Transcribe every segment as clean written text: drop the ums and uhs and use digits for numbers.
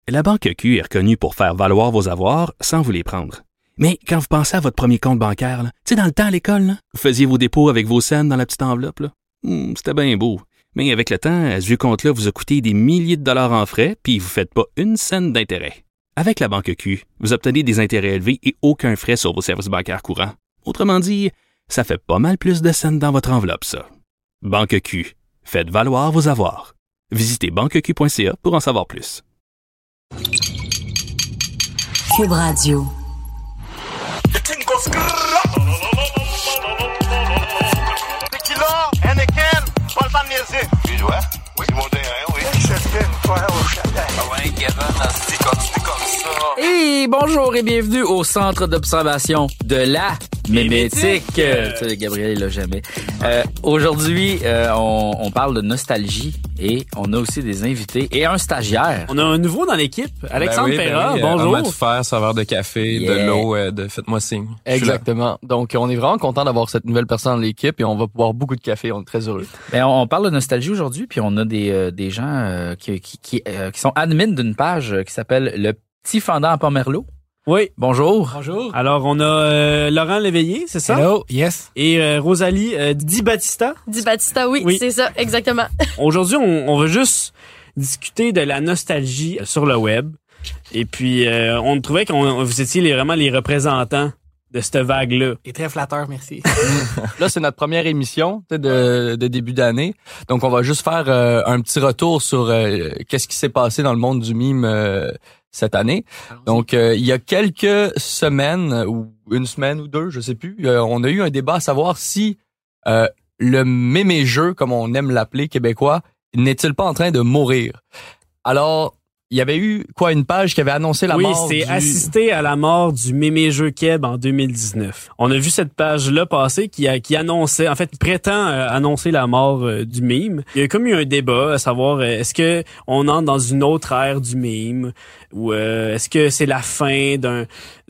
La Banque Q est reconnue pour faire valoir vos avoirs sans vous les prendre. Mais quand vous pensez à votre premier compte bancaire, tu sais, dans le temps à l'école, là, vous faisiez vos dépôts avec vos scènes dans la petite enveloppe. Là. C'était bien beau. Mais avec le temps, ce vieux compte-là vous a coûté des milliers de dollars en frais, puis vous ne faites pas une scène d'intérêt. Avec la Banque Q, vous obtenez des intérêts élevés et aucun frais sur vos services bancaires courants. Autrement dit, ça fait pas mal plus de scènes dans votre enveloppe, ça. Banque Q. Faites valoir vos avoirs. Visitez banqueq.ca pour en savoir plus. Cube Radio. Tequila, Henneken, pas le temps de niaiser. Oui, ouais. Oui. C'est mon terrain, oui. Continue comme ça. Et bonjour et bienvenue au centre d'observation de la Mémétique. Tu sais, Gabriel, il l'a jamais. Aujourd'hui, on parle de nostalgie et on a aussi des invités et un stagiaire. On a un nouveau dans l'équipe, Alexandre Perra. Bonjour. On va tout faire, saveur de café, de l'eau, de faites-moi signe. Exactement. Donc, on est vraiment content d'avoir cette nouvelle personne dans l'équipe et on va boire beaucoup de café. On est très heureux. Ben, on parle de nostalgie aujourd'hui, puis on a des gens qui sont admins d'une page qui s'appelle Le Petit Fendant à Pomerleau. Oui. Bonjour. Bonjour. Alors, on a Laurent Léveillé, c'est ça? Hello, yes. Et Rosalie Di Battista. Di Battista, oui, c'est ça, exactement. Aujourd'hui, on va juste discuter de la nostalgie sur le web. Et puis, on trouvait que vous étiez vraiment les représentants de cette vague-là. Et très flatteur, merci. Là, c'est notre première émission de début d'année. Donc, on va juste faire un petit retour sur qu'est-ce qui s'est passé dans le monde du mime cette année. Donc, il y a quelques semaines, ou une semaine ou deux, je sais plus, on a eu un débat à savoir si le mémé-jeu, comme on aime l'appeler québécois, n'est-il pas en train de mourir? Alors, il y avait eu une page qui avait annoncé la mort c'est assister à la mort du mémé-jeu Québec en 2019. On a vu cette page-là passer qui annonçait, en fait, qui prétend annoncer la mort du mime. Il y a comme eu un débat à savoir est-ce que on entre dans une autre ère du mime ou est-ce que c'est la fin d'un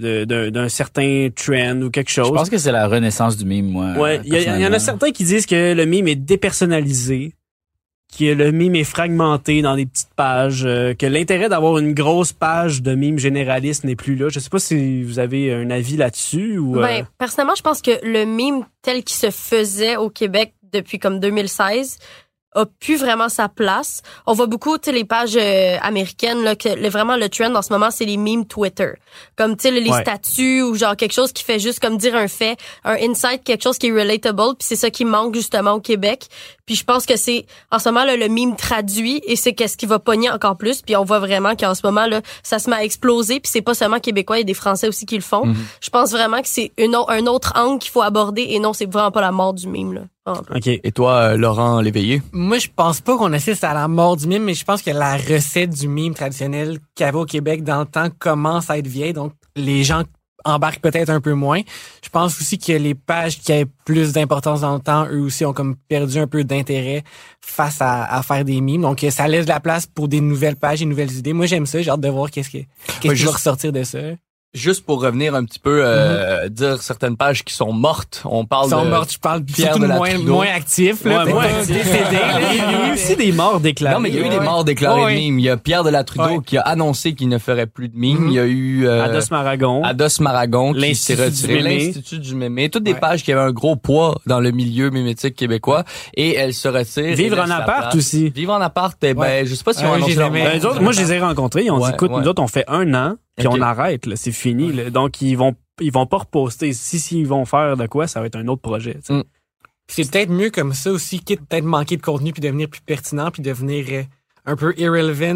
certain trend ou quelque chose. Je pense que c'est la renaissance du mime, moi. Ouais, il y en a certains qui disent que le mime est dépersonnalisé, que le mime est fragmenté dans des petites pages, que l'intérêt d'avoir une grosse page de mime généraliste n'est plus là. Je sais pas si vous avez un avis là-dessus ou. Ben, personnellement, je pense que le mime tel qu'il se faisait au Québec depuis comme 2016 a plus vraiment sa place. On voit beaucoup, tu sais, les pages américaines, là, que vraiment le trend en ce moment, c'est les memes Twitter. Comme, tu sais, les statuts ou genre quelque chose qui fait juste comme dire un fait, un insight, quelque chose qui est relatable, puis c'est ça qui manque justement au Québec. Puis je pense que c'est, en ce moment, là, le meme traduit et c'est qu'est-ce qui va pogner encore plus. Puis on voit vraiment qu'en ce moment, là, ça se met à exploser. Puis c'est pas seulement québécois, il y a des Français aussi qui le font. Mm-hmm. Je pense vraiment que c'est un autre angle qu'il faut aborder et non, c'est vraiment pas la mort du meme, là. OK. Et toi, Laurent Léveillé? Moi, je pense pas qu'on assiste à la mort du mime, mais je pense que la recette du mime traditionnel qu'il y avait au Québec dans le temps commence à être vieille. Donc, les gens embarquent peut-être un peu moins. Je pense aussi que les pages qui avaient plus d'importance dans le temps, eux aussi ont comme perdu un peu d'intérêt face à faire des mimes. Donc, ça laisse de la place pour des nouvelles pages, des nouvelles idées. Moi, j'aime ça. J'ai hâte de voir qu'est-ce qui va ressortir de ça. Juste pour revenir un petit peu, dire certaines pages qui sont mortes. On parle je parle Pierre de moins actifs, là. Moins décédés. Il y a eu aussi des morts déclarés. Non, mais il y a eu des morts déclarés de mimes. Il y a Pierre de la Trudeau qui a annoncé qu'il ne ferait plus de mimes. Il y a eu, Ados Maragon qui s'est retiré. L'Institut du mémé. Toutes des pages qui avaient un gros poids dans le milieu mémétique québécois. Et elles se retirent. Vivre en appart aussi. Vivre en appart, ben, je sais pas si on annoncé moi, je les ai rencontrés. Ils ont dit, écoute, nous autres, on fait 1 an. Puis on arrête, là, c'est fini. Là. Donc ils vont pas reposter. Si ils vont faire de quoi, ça va être un autre projet. C'est peut-être mieux comme ça aussi, quitte peut-être manquer de contenu puis devenir plus pertinent puis devenir un peu irrelevant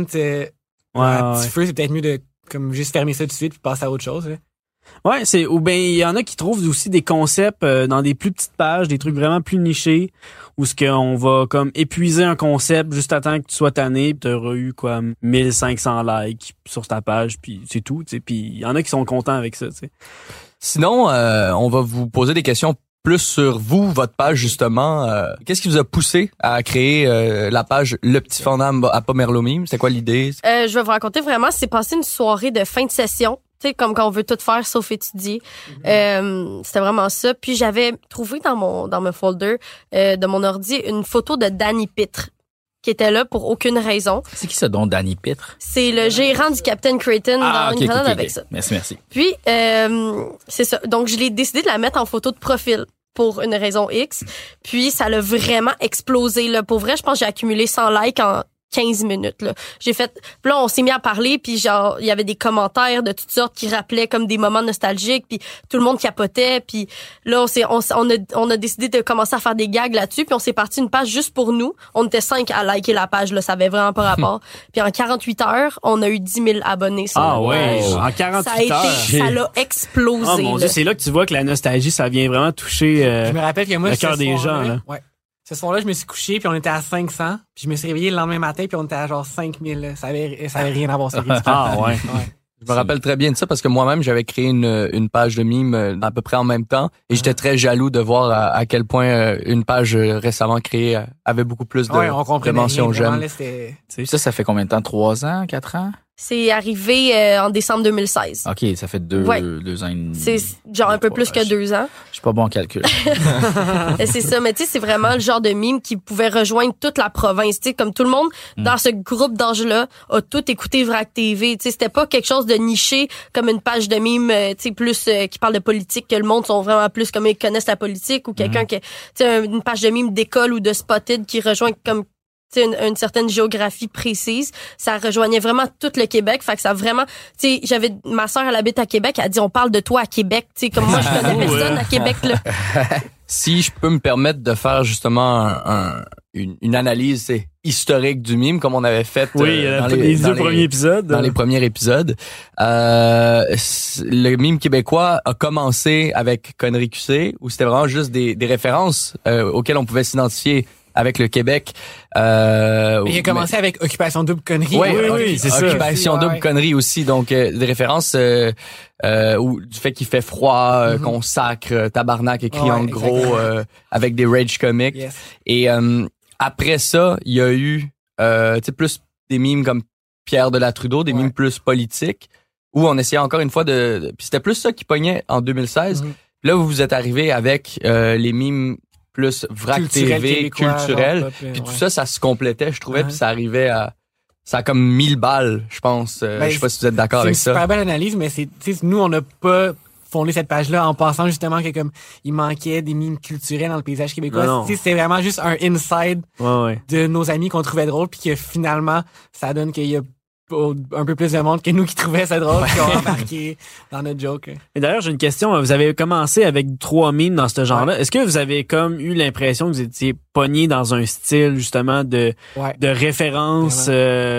à petit feu. C'est peut-être mieux de comme juste fermer ça tout de suite puis passer à autre chose. Là. Ouais, ou ben il y en a qui trouvent aussi des concepts dans des plus petites pages, des trucs vraiment plus nichés, où ce qu'on va comme épuiser un concept juste à temps que tu sois tanné, puis t'auras eu 1500 likes sur ta page, puis c'est tout, tu sais. Puis il y en a qui sont contents avec ça, tu sais. Sinon, on va vous poser des questions plus sur vous, votre page justement. Qu'est-ce qui vous a poussé à créer la page Le Petit Fendant à Pomerleau Mime? C'est quoi l'idée? Je vais vous raconter vraiment, c'est passé une soirée de fin de session. Tu sais, comme quand on veut tout faire sauf étudier. C'était vraiment ça. Puis j'avais trouvé dans mon folder de mon ordi une photo de Danny Pitre, qui était là pour aucune raison. C'est qui ça, donc, Danny Pitre? C'est le gérant du Captain Creighton dans une grenade avec ça. Merci. Puis, c'est ça. Donc, je l'ai décidé de la mettre en photo de profil pour une raison X. Puis, ça l'a vraiment explosé, là. Pour vrai, je pense que j'ai accumulé 100 likes en 15 minutes, là. Puis là, on s'est mis à parler, puis genre, il y avait des commentaires de toutes sortes qui rappelaient comme des moments nostalgiques, puis tout le monde capotait, puis là, on a décidé de commencer à faire des gags là-dessus, puis on s'est parti une page juste pour nous. On était 5 à liker la page, là, ça avait vraiment pas rapport. Puis en 48 heures, on a eu 10 000 abonnés sur la page. En 48 heures. Ça l'a explosé. Oh mon Dieu, c'est là que tu vois que la nostalgie, ça vient vraiment toucher je me rappelle que moi, le cœur des gens, là. Ouais. Ce soir-là, je me suis couché, puis on était à 500. Puis je me suis réveillé le lendemain matin, puis on était à genre 5000. Là. Ça avait rien à voir, c'est ridicule. Ouais. Je me rappelle très bien de ça parce que moi-même, j'avais créé une page de mime à peu près en même temps et j'étais très jaloux de voir à quel point une page récemment créée avait beaucoup plus de mentions j'aime. Ça fait combien de temps? 3 ans? 4 ans? C'est arrivé en décembre 2016. OK, ça fait 2 ans et demi. C'est genre un peu plus que 2 ans. Je suis pas bon en calcul. C'est ça, mais tu sais, c'est vraiment le genre de mime qui pouvait rejoindre toute la province. Tu sais, comme tout le monde dans ce groupe d'âge-là a tout écouté Vrac TV. Tu sais, c'était pas quelque chose de niché comme une page de mime, tu sais, plus qui parle de politique, que le monde sont vraiment plus comme ils connaissent la politique, ou quelqu'un qui, tu sais, une page de mime d'école ou de Spotted qui rejoint comme une certaine géographie précise. Ça rejoignait vraiment tout le Québec. Fait que ça vraiment, tu sais, ma sœur, elle habite à Québec, elle a dit, on parle de toi à Québec. Tu sais, comme moi, je connais personne à Québec, là. Si je peux me permettre de faire justement une analyse historique du mime, comme on avait fait dans les premiers épisodes. Dans les premiers épisodes. Le mime québécois a commencé avec Conneries QC, où c'était vraiment juste des références auxquelles on pouvait s'identifier avec le Québec. Il a commencé avec Occupation Double Conneries. Oui, c'est ça. Occupation Double Conneries aussi. Donc, des références du fait qu'il fait froid, qu'on sacre, tabarnak écrit en gros, avec des rage comics. Yes. Et après ça, il y a eu plus des mimes comme Pierre de la Trudeau, des mimes plus politiques, où on essayait encore une fois puis c'était plus ça qui pognait en 2016. Là, vous êtes arrivé avec les mimes plus Vrac TV, culturel. Puis tout ça se complétait, je trouvais, puis ça arrivait à... Ça a comme 1000 balles, je pense. Je sais pas si vous êtes d'accord avec ça. C'est une super belle analyse, mais nous, on n'a pas fondé cette page-là en pensant justement que comme il manquait des mimes culturels dans le paysage québécois. C'est vraiment juste un inside de nos amis qu'on trouvait drôle, puis que finalement, ça donne qu'il y a un peu plus de monde que nous qui trouvaient ça drôle, qui ont embarqué dans notre joke. Et d'ailleurs, j'ai une question. Vous avez commencé avec 3 mimes dans ce genre-là. Est-ce que vous avez comme eu l'impression que vous étiez pogné dans un style justement de référence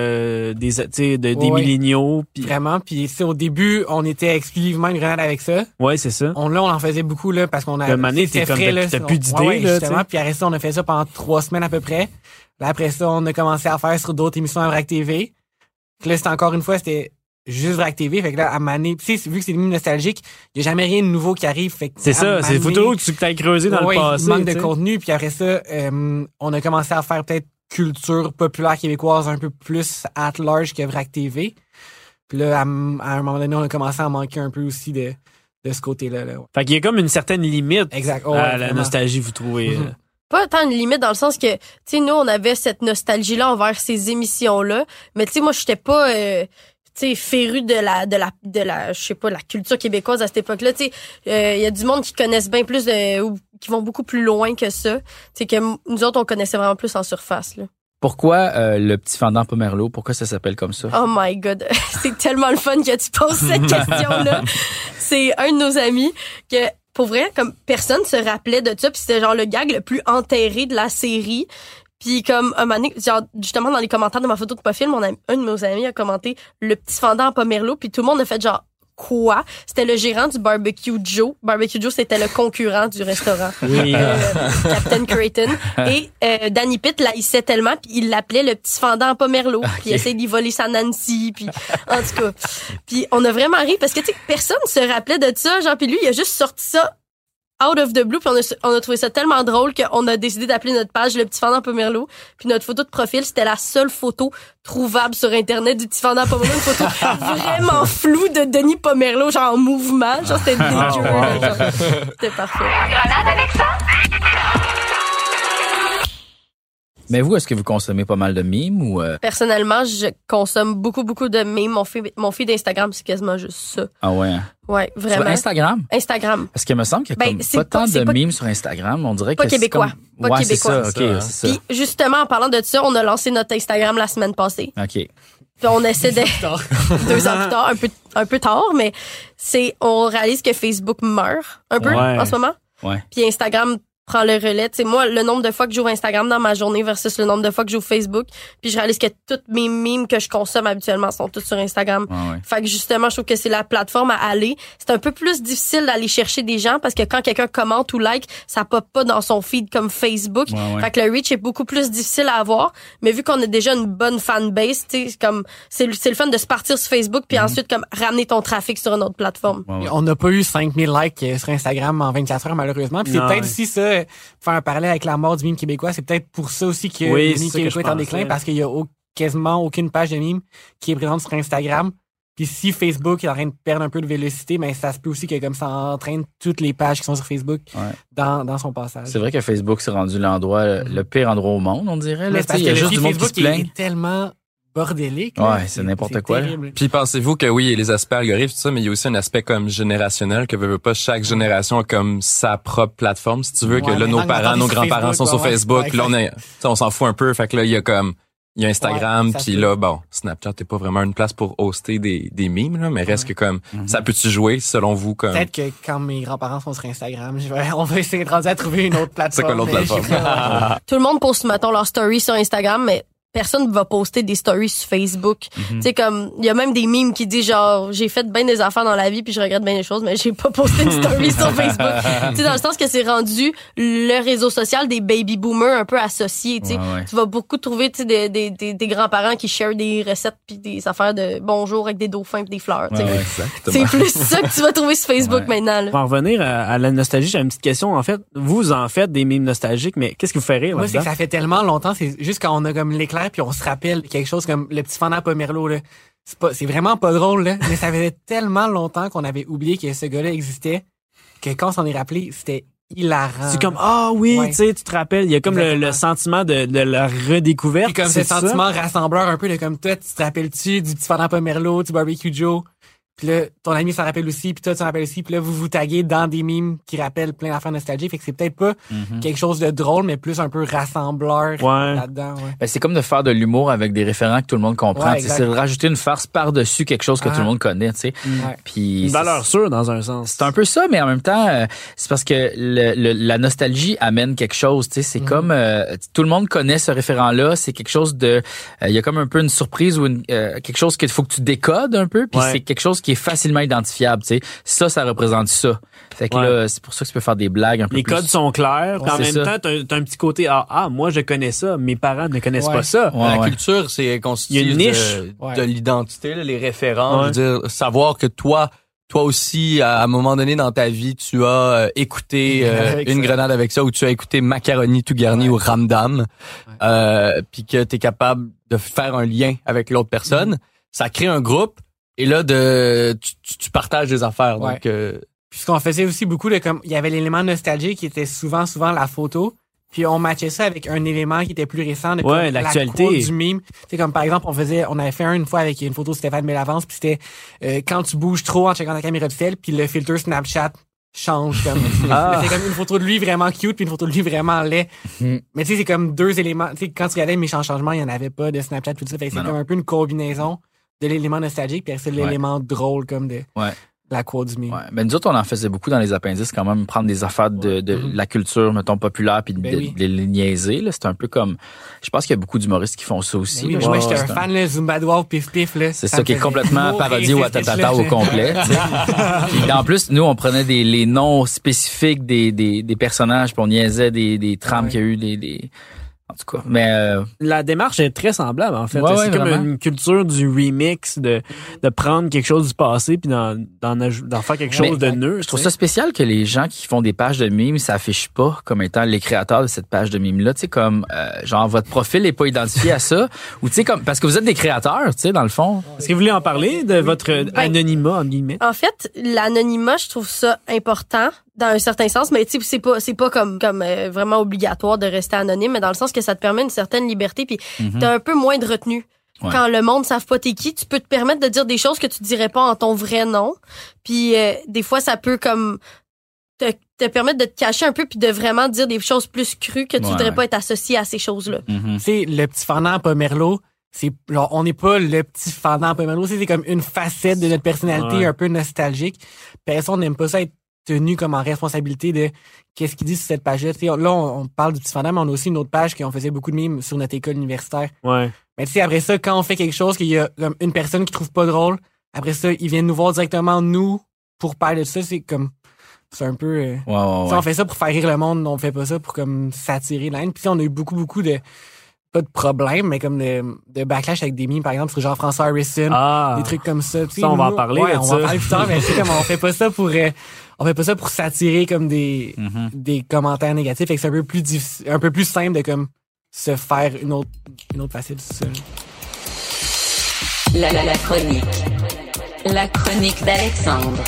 des milléniaux? Pis... Vraiment. Puis au début, on était exclusivement une grenade avec ça. Ouais, c'est ça. On en faisait beaucoup là parce qu'on a. C'était comme t'as plus d'idées là. Justement. Puis après ça, on a fait ça pendant 3 semaines à peu près. Là, après ça, on a commencé à faire sur d'autres émissions à Vrac TV. Là, c'était encore une fois, c'était juste Vrac TV. Fait que là, à Mané, tu sais, vu que c'est des mimes nostalgiques, il y a jamais rien de nouveau qui arrive. Fait que c'est ça, c'est des photos que tu t'as creusé dans le passé. Il manque de contenu. Puis après ça, on a commencé à faire peut-être culture populaire québécoise un peu plus at large que Vrac TV. Puis là, à un moment donné, on a commencé à manquer un peu aussi de ce côté-là. Là. Fait qu'il y a comme une certaine limite à la nostalgie, vous trouvez. Pas tant une limite dans le sens que, tu sais, nous, on avait cette nostalgie-là envers ces émissions-là. Mais tu sais, moi, j'étais pas, tu sais, féru de la, je sais pas, la culture québécoise à cette époque-là. Tu sais, il y a du monde qui connaissent bien plus ou qui vont beaucoup plus loin que ça. Tu sais, que nous autres, on connaissait vraiment plus en surface, là. Pourquoi le petit fendant Pomerleau? Pourquoi ça s'appelle comme ça? Oh my God. C'est tellement le fun que tu poses cette question-là. C'est un de nos amis que, pour vrai, comme personne se rappelait de ça, puis c'était genre le gag le plus enterré de la série. Puis comme un moment donné, genre, justement dans les commentaires de ma photo de profil, un de nos amis a commenté le petit fendant Pomerleau, puis tout le monde a fait genre quoi? C'était le gérant du Barbecue Joe. Barbecue Joe, c'était le concurrent du restaurant. Oui. Captain Creighton. Et Danny Pitt l'haïssait tellement, puis il l'appelait le petit fendant Pomerleau. Puis il essayait d'y voler sa Nancy, puis en tout cas. Puis on a vraiment ri parce que tu sais personne se rappelait de ça, genre, puis lui il a juste sorti ça out of the blue, puis on a trouvé ça tellement drôle qu'on a décidé d'appeler notre page le petit fendant Pomerleau. Puis notre photo de profil, c'était la seule photo trouvable sur internet du petit fendant Pomerleau, une photo vraiment floue de Denis Pomerleau, genre en mouvement, genre c'était dégueu, c'était parfait. Grenade avec ça? Mais vous, est-ce que vous consommez pas mal de mimes ou... Personnellement, je consomme beaucoup de mimes. Mon feed d'Instagram, c'est quasiment juste ça. Ah ouais, hein? Ouais, vraiment. Sur Instagram? Instagram. Parce qu'il me semble qu'il y a comme pas tant de mimes sur Instagram. On dirait pas que québécois. C'est comme... Pas ouais, québécois. c'est ça, OK, c'est ça. Puis justement, en parlant de ça, on a lancé notre Instagram la semaine passée. OK. Puis on essaie de... 2 ans plus tard, un peu tard, mais on réalise que Facebook meurt un peu en ce moment. Ouais. Puis Instagram prend le relais. Tu sais, moi, le nombre de fois que j'ouvre Instagram dans ma journée versus le nombre de fois que j'ouvre Facebook, puis je réalise que toutes mes mimes que je consomme habituellement sont toutes sur Instagram. Ouais. Fait que justement, je trouve que c'est la plateforme à aller. C'est un peu plus difficile d'aller chercher des gens parce que quand quelqu'un commente ou like, ça pop pas dans son feed comme Facebook. Ouais. Fait que le reach est beaucoup plus difficile à avoir. Mais vu qu'on a déjà une bonne fanbase, tu sais, comme c'est le fun de se partir sur Facebook puis ensuite comme ramener ton trafic sur une autre plateforme. Ouais. On n'a pas eu 5000 likes sur Instagram en 24 heures, malheureusement. Puis c'est peut-être aussi ça, faire un parallèle avec la mort du mime québécois, c'est peut-être pour ça aussi que le mime québécois est en déclin, parce qu'il y a quasiment aucune page de mime qui est présente sur Instagram. Puis si Facebook est en train de perdre un peu de vélocité, ben ça se peut aussi que comme ça entraîne toutes les pages qui sont sur Facebook dans son passage. C'est vrai que Facebook s'est rendu le pire endroit au monde, on dirait. Là. Mais Il y a juste du monde Facebook qui se plaint. est tellement bordélique. Ouais, c'est n'importe quoi. Terrible. Puis pensez-vous que oui, il y a les aspects algorithmes, tout ça, mais il y a aussi un aspect comme générationnel que veut pas chaque génération a comme sa propre plateforme, si tu veux, que là, nos parents, nos grands-parents sont sur Facebook, puis là, on s'en fout un peu, fait que là, il y a Instagram, puis là, bon, Snapchat n'est pas vraiment une place pour hoster des mimes, là, mais reste que comme, ça peut-tu jouer, selon vous, comme... Peut-être que quand mes grands-parents sont sur Instagram, on va essayer de rendre à trouver une autre plateforme. C'est quoi l'autre plateforme? Tout le monde poste, mettons, leur story sur Instagram, mais personne va poster des stories sur Facebook. Tu sais, comme, il y a même des memes qui disent genre, j'ai fait bien des affaires dans la vie puis je regrette bien des choses, mais j'ai pas posté une story sur Facebook. Tu sais, dans le sens que c'est rendu le réseau social des baby boomers un peu associés, tu sais. Ouais. Tu vas beaucoup trouver, tu sais, des grands-parents qui share des recettes puis des affaires de bonjour avec des dauphins puis des fleurs, tu sais. C'est plus ça que tu vas trouver sur Facebook maintenant, là. Pour en revenir à la nostalgie, j'ai une petite question. En fait, vous en faites des mimes nostalgiques, mais qu'est-ce qui vous fait rire Moi, c'est là-dedans? que ça fait tellement longtemps, c'est juste quand on a comme l'éclair puis on se rappelle quelque chose comme le petit fendant à Pomerleau, là. C'est vraiment pas drôle, là, mais ça faisait tellement longtemps qu'on avait oublié que ce gars-là existait que quand on s'en est rappelé, c'était hilarant. C'est comme, oui, tu sais, tu te rappelles, il y a comme le sentiment de la redécouverte. Puis comme ce sentiment rassembleur un peu de comme toi, tu te rappelles-tu du petit fendant à Pomerleau, du Barbecue Joe? Puis là, ton ami s'en rappelle aussi, puis toi, tu t'en rappelles aussi. Puis là, vous vous taguez dans des mimes qui rappellent plein d'affaires nostalgiques. Fait que c'est peut-être pas quelque chose de drôle, mais plus un peu rassembleur là-dedans. Ouais. Ben, c'est comme de faire de l'humour avec des référents que tout le monde comprend. Ouais, C'est de rajouter une farce par-dessus quelque chose que tout le monde connaît, tu sais. Ouais. Puis Une valeur sûre, dans un sens. c'est un peu ça, mais en même temps, c'est parce que la nostalgie amène quelque chose, tu sais. C'est comme tout le monde connaît ce référent-là. C'est quelque chose de, il y a comme un peu une surprise ou quelque chose qu'il faut que tu décodes un peu. Puis c'est quelque chose qui est facilement identifiable, tu sais. Ça représente ça. Fait que là, c'est pour ça que tu peux faire des blagues un peu Les plus. codes sont clairs. Puis en même temps, t'as un petit côté, moi, je connais ça. Mes parents ne connaissent pas ça. La culture, c'est constitué Il y a une niche. de l'identité, là, les référents. Je veux dire, savoir que toi aussi, à un moment donné dans ta vie, tu as écouté une grenade avec ça, ou tu as écouté Macaroni tout garni ou Ramdam, puis que tu es capable de faire un lien avec l'autre personne. Ça crée un groupe, et là, tu partages des affaires. Donc, Puis ce qu'on faisait aussi beaucoup, comme il y avait l'élément nostalgique qui était souvent la photo. Puis on matchait ça avec un élément qui était plus récent de comme l'actualité. La quote du mime. Tu sais, comme par exemple, on avait fait une fois avec une photo de Stéphane Bellavance, puis c'était quand tu bouges trop en checkant la caméra de sel, puis le filtre Snapchat change comme c'est comme une photo de lui vraiment cute puis une photo de lui vraiment laid. Mais tu sais, c'est comme deux éléments. Tu sais, quand tu regardais Méchant Changement, il y en avait pas de Snapchat tout ça. Fait que c'est comme un peu une combinaison de l'élément nostalgique puis c'est l'élément drôle comme de la quote du mime. Ouais. Ben, nous autres, on en faisait beaucoup dans les appendices quand même, prendre des affaires de la culture, mettons, populaire, puis de les niaiser, là. C'est un peu comme, je pense qu'il y a beaucoup d'humoristes qui font ça aussi. Oui, moi, j'étais un fan, là, Zumbadoir, Pif Pif, là. C'est ça qui est complètement parodie ou Watatata au complet, tu sais. Puis en plus, nous, on prenait les noms spécifiques des personnages, puis on niaisait des trames qu'il y a eu, en tout cas, mais la démarche est très semblable en fait. Ouais, c'est comme vraiment. une culture du remix, de prendre quelque chose du passé puis d'en faire quelque chose de neutre. Je trouve ça spécial que les gens qui font des pages de mimes s'affichent pas comme étant les créateurs de cette page de mime là, tu sais, comme genre votre profil est pas identifié à ça, ou tu sais, comme parce que vous êtes des créateurs, tu sais, dans le fond. Est-ce que vous voulez en parler de votre anonymat en guillemets? En fait, l'anonymat, je trouve ça important dans un certain sens, mais tu sais, c'est pas comme vraiment obligatoire de rester anonyme, mais dans le sens que ça te permet une certaine liberté, puis t'as un peu moins de retenue. Ouais. Quand le monde ne savent pas t'es qui, tu peux te permettre de dire des choses que tu dirais pas en ton vrai nom. Puis des fois, ça peut comme te permettre de te cacher un peu puis de vraiment dire des choses plus crues que tu voudrais pas être associé à ces choses-là. Tu sais, le petit fendant à Pomerleau, c'est genre, on n'est pas le petit fendant à Pomerleau, c'est comme une facette de notre personnalité un peu nostalgique. Personne n'aime pas ça être tenu comme en responsabilité de qu'est-ce qu'il dit sur cette page-là. T'sais, là, on parle du petit fendant, mais on a aussi une autre page qu'on faisait beaucoup de mimes sur notre école universitaire. Ouais. Mais tu sais, après ça, quand on fait quelque chose qu'il y a comme une personne qui trouve pas drôle, après ça, ils viennent nous voir directement, nous, pour parler de ça. C'est comme, c'est un peu... On fait ça pour faire rire le monde, on fait pas ça pour comme s'attirer la haine. Puis on a eu beaucoup de... pas de problème, mais comme de backlash avec des mimes, par exemple, sur Jean-François Harrison, des trucs comme ça. Ça, on va en parler. Ouais, on va en parler plus tard, mais c'est comme, on fait pas ça pour s'attirer comme des commentaires négatifs. Fait que c'est un peu plus difficile, un peu plus simple de comme se faire une autre facette, c'est ça. La chronique d'Alexandre.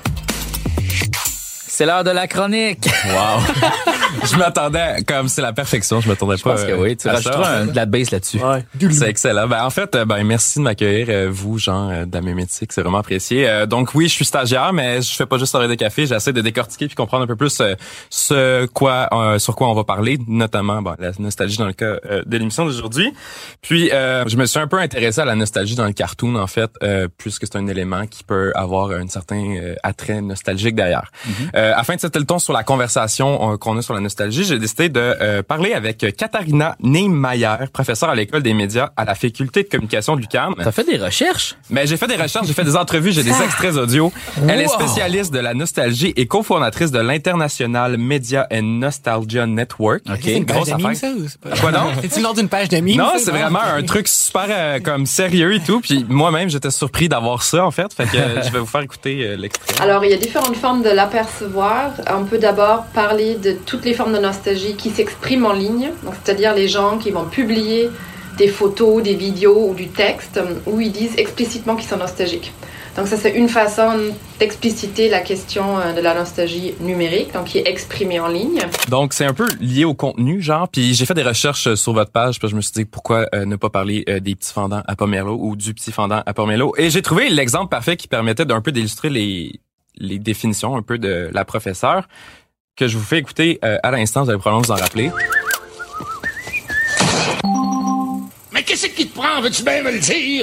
C'est l'heure de la chronique. Wow. Je m'attendais, comme c'est la perfection, je m'attendais pas. Je pense que oui, tu rajouteras de la base là-dessus. Ouais. C'est excellent. En fait, merci de m'accueillir, vous, Jean, de la Mémétique, c'est vraiment apprécié. Donc oui, je suis stagiaire, mais je fais pas juste oreille de café, j'essaie de décortiquer puis comprendre un peu plus sur quoi on va parler, notamment la nostalgie dans le cas de l'émission d'aujourd'hui. Puis je me suis un peu intéressé à la nostalgie dans le cartoon, en fait, puisque c'est un élément qui peut avoir un certain attrait nostalgique derrière. Afin de setter le ton sur la conversation qu'on a sur la nostalgie, j'ai décidé de parler avec Katharina Neymayer, professeure à l'École des médias à la Faculté de communication de l'UQAM. T'as fait des recherches? Mais j'ai fait des recherches, j'ai fait des entrevues, j'ai des extraits audio. Elle est spécialiste de la nostalgie et cofondatrice de l'International Media and Nostalgia Network. OK. C'est une grosse affaire. Ça, ou c'est pas... Quoi donc? C'est-tu le nom d'une page de mimes? Non, c'est vraiment un truc super comme sérieux et tout. Puis moi-même, j'étais surpris d'avoir ça, en fait. Fait que je vais vous faire écouter l'extrait. Alors, il y a différentes formes de l'apercevoir. On peut d'abord parler de toutes les formes de nostalgie qui s'expriment en ligne, donc c'est-à-dire les gens qui vont publier des photos, des vidéos ou du texte où ils disent explicitement qu'ils sont nostalgiques. Donc ça, c'est une façon d'expliciter la question de la nostalgie numérique, donc qui est exprimée en ligne. Donc c'est un peu lié au contenu, genre. Puis j'ai fait des recherches sur votre page, puis je me suis dit pourquoi ne pas parler des petits fendants à Pomerleau ou du petit fendant à Pomerleau. Et j'ai trouvé l'exemple parfait qui permettait d'un peu d'illustrer les définitions un peu de la professeure que je vous fais écouter à l'instant, vous allez probablement vous en rappeler. Mais qu'est-ce qui te prend? Veux-tu bien me le dire?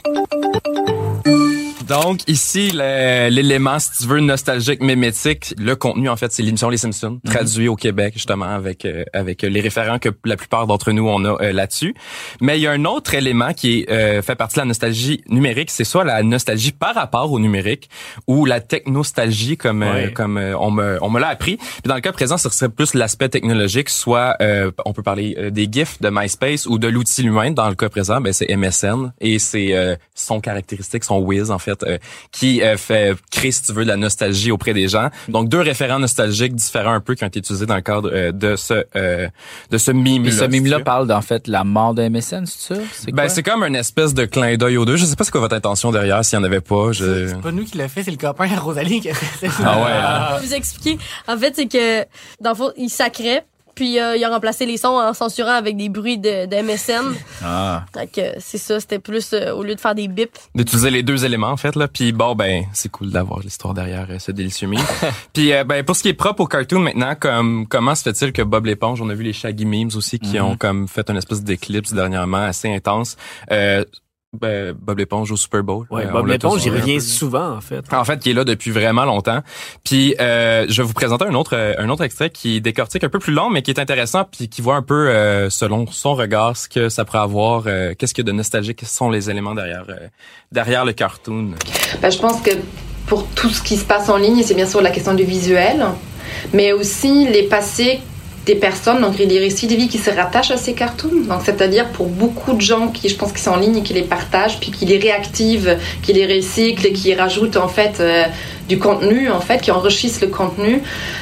Donc, ici, l'élément, si tu veux, nostalgique, mémétique, le contenu, en fait, c'est l'émission Les Simpsons, traduit au Québec, justement, avec les référents que la plupart d'entre nous, on a là-dessus. Mais il y a un autre élément qui fait partie de la nostalgie numérique, c'est soit la nostalgie par rapport au numérique ou la technostalgie, comme on me l'a appris. Puis dans le cas présent, ce serait plus l'aspect technologique, soit on peut parler des GIFs de MySpace ou de l'outil lui-même. Dans le cas présent, c'est MSN et c'est son caractéristique, son whiz, en fait, qui fait créer, si tu veux, de la nostalgie auprès des gens. Donc, deux référents nostalgiques différents un peu qui ont été utilisés dans le cadre de ce mime-là. Ce mime-là parle, en fait, la mort de MSN, c'est ça? C'est comme une espèce de clin d'œil aux deux. Je sais pas c'est quoi votre intention derrière, s'il y en avait pas. C'est pas nous qui l'a fait, c'est le copain à Rosalie qui a fait ça. Ah ouais. Je vais vous expliquer. En fait, c'est que, dans le fond, il sacrait. Puis il a remplacé les sons en censurant avec des bruits de MSN. Ah. Donc c'est ça, c'était plus au lieu de faire des bips. D'utiliser les deux éléments en fait là. Puis c'est cool d'avoir l'histoire derrière ce délicieux meme. Puis pour ce qui est propre au cartoon maintenant, comment se fait-il que Bob l'éponge, on a vu les Shaggy Memes aussi qui ont comme fait une espèce d'éclipse dernièrement assez intense. Bob l'éponge au Super Bowl. Ouais, Bob l'éponge, il revient souvent, en fait. En fait, qui est là depuis vraiment longtemps. Puis, je vais vous présenter un autre extrait qui décortique un peu plus long, mais qui est intéressant, puis qui voit un peu, selon son regard, ce que ça pourrait avoir, qu'est-ce qu'il y a de nostalgique, quels sont les éléments derrière le cartoon. Je pense que pour tout ce qui se passe en ligne, c'est bien sûr la question du visuel, mais aussi les passés des personnes, donc des récits de vie qui se rattachent à ces cartoons. Donc, c'est-à-dire pour beaucoup de gens qui, je pense, qui sont en ligne et qui les partagent, puis qui les réactivent, qui les recyclent, qui rajoutent en fait du contenu, en fait, qui enrichissent le contenu.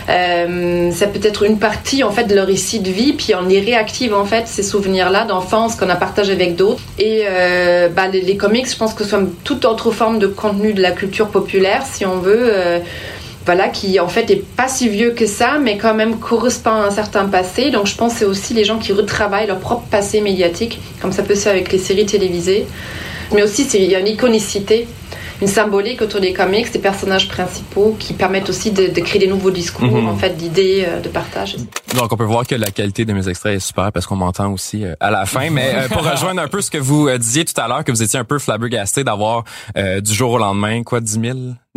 Ça peut être une partie en fait de leur récit de vie, puis on les réactive en fait ces souvenirs-là d'enfance qu'on a partagé avec d'autres. Et les comics, je pense que ce sont toute autre forme de contenu de la culture populaire, si on veut. voilà, qui en fait est pas si vieux que ça, mais quand même correspond à un certain passé. Donc je pense que c'est aussi les gens qui retravaillent leur propre passé médiatique, comme ça peut se faire avec les séries télévisées. Mais aussi, il y a une iconicité, une symbolique autour des comics, des personnages principaux qui permettent aussi de créer des nouveaux discours, en fait, d'idées, de partage. Donc, on peut voir que la qualité de mes extraits est super parce qu'on m'entend aussi à la fin. Mais pour rejoindre un peu ce que vous disiez tout à l'heure, que vous étiez un peu flabbergasté d'avoir du jour au lendemain, 10 000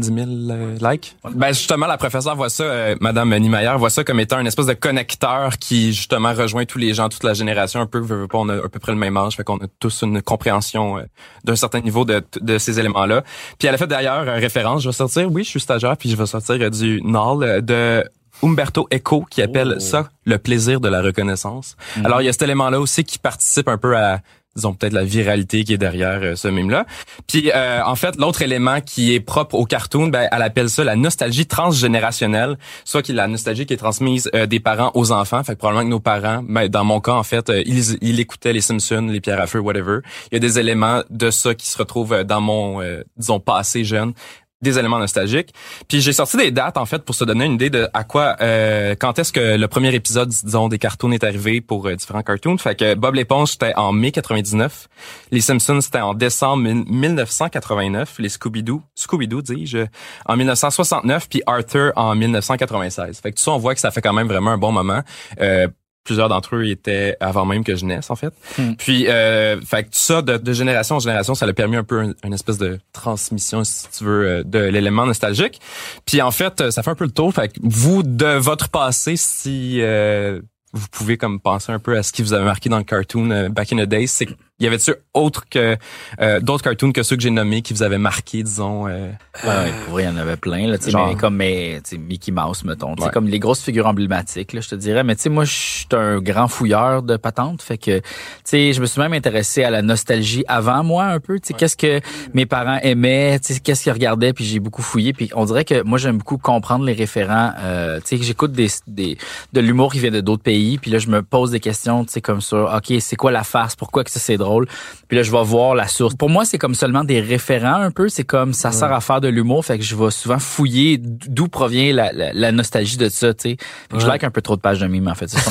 likes. Ben justement, la professeure voit ça, Madame Niemeyer voit ça comme étant une espèce de connecteur qui justement rejoint tous les gens, toute la génération un peu. On a à peu près le même âge, fait qu'on a tous une compréhension d'un certain niveau de ces éléments-là. Puis elle a fait d'ailleurs référence. Je vais sortir, oui, je suis stagiaire, puis je vais sortir du Nall de Umberto Eco qui appelle ça le plaisir de la reconnaissance. Alors il y a cet élément-là aussi qui participe un peu à, disons peut-être la viralité qui est derrière ce mème-là. Puis en fait, l'autre élément qui est propre au cartoon, ben elle appelle ça la nostalgie transgénérationnelle, soit qui est la nostalgie qui est transmise des parents aux enfants. Fait que probablement que nos parents, ben dans mon cas en fait, ils écoutaient les Simpsons, les Pierres à feu, whatever. Il y a des éléments de ça qui se retrouvent dans mon disons passé jeune. Des éléments nostalgiques. Puis j'ai sorti des dates en fait pour se donner une idée de à quoi quand est-ce que le premier épisode disons des cartoons est arrivé pour différents cartoons. Fait que Bob l'éponge c'était en mai 99, les Simpsons c'était en décembre 1989, les Scooby-Doo dis-je en 1969 puis Arthur en 1996. Fait que tout ça on voit que ça fait quand même vraiment un bon moment. Plusieurs d'entre eux étaient avant même que je naisse, en fait. Puis, fait que tout ça, de génération en génération, ça a permis un peu une espèce de transmission, si tu veux, de l'élément nostalgique. Puis, en fait, ça fait un peu le tour. Fait que vous, de votre passé, si vous pouvez comme penser un peu à ce qui vous avait marqué dans le cartoon back in the days, c'est y avait-tu autre que d'autres cartoons que ceux que j'ai nommés qui vous avaient marqué, disons pour vrai, il y en avait plein là, tu sais, mais Mickey Mouse mettons, tu sais comme les grosses figures emblématiques là, je te dirais, mais tu sais moi je suis un grand fouilleur de patentes, fait que tu sais je me suis même intéressé à la nostalgie avant moi un peu, tu sais qu'est-ce que mes parents aimaient, tu sais qu'est-ce qu'ils regardaient, puis j'ai beaucoup fouillé, puis on dirait que moi j'aime beaucoup comprendre les référents, tu sais j'écoute de l'humour qui vient de d'autres pays, puis là je me pose des questions, tu sais comme ça, OK, c'est quoi la farce, pourquoi que ça c'est drôle. Puis là, je vais voir la source. Pour moi, c'est comme seulement des référents un peu. C'est comme ça sert à faire de l'humour. Fait que je vais souvent fouiller d'où provient la nostalgie de ça, tu sais. Je like un peu trop de pages de mimes, en fait. Ce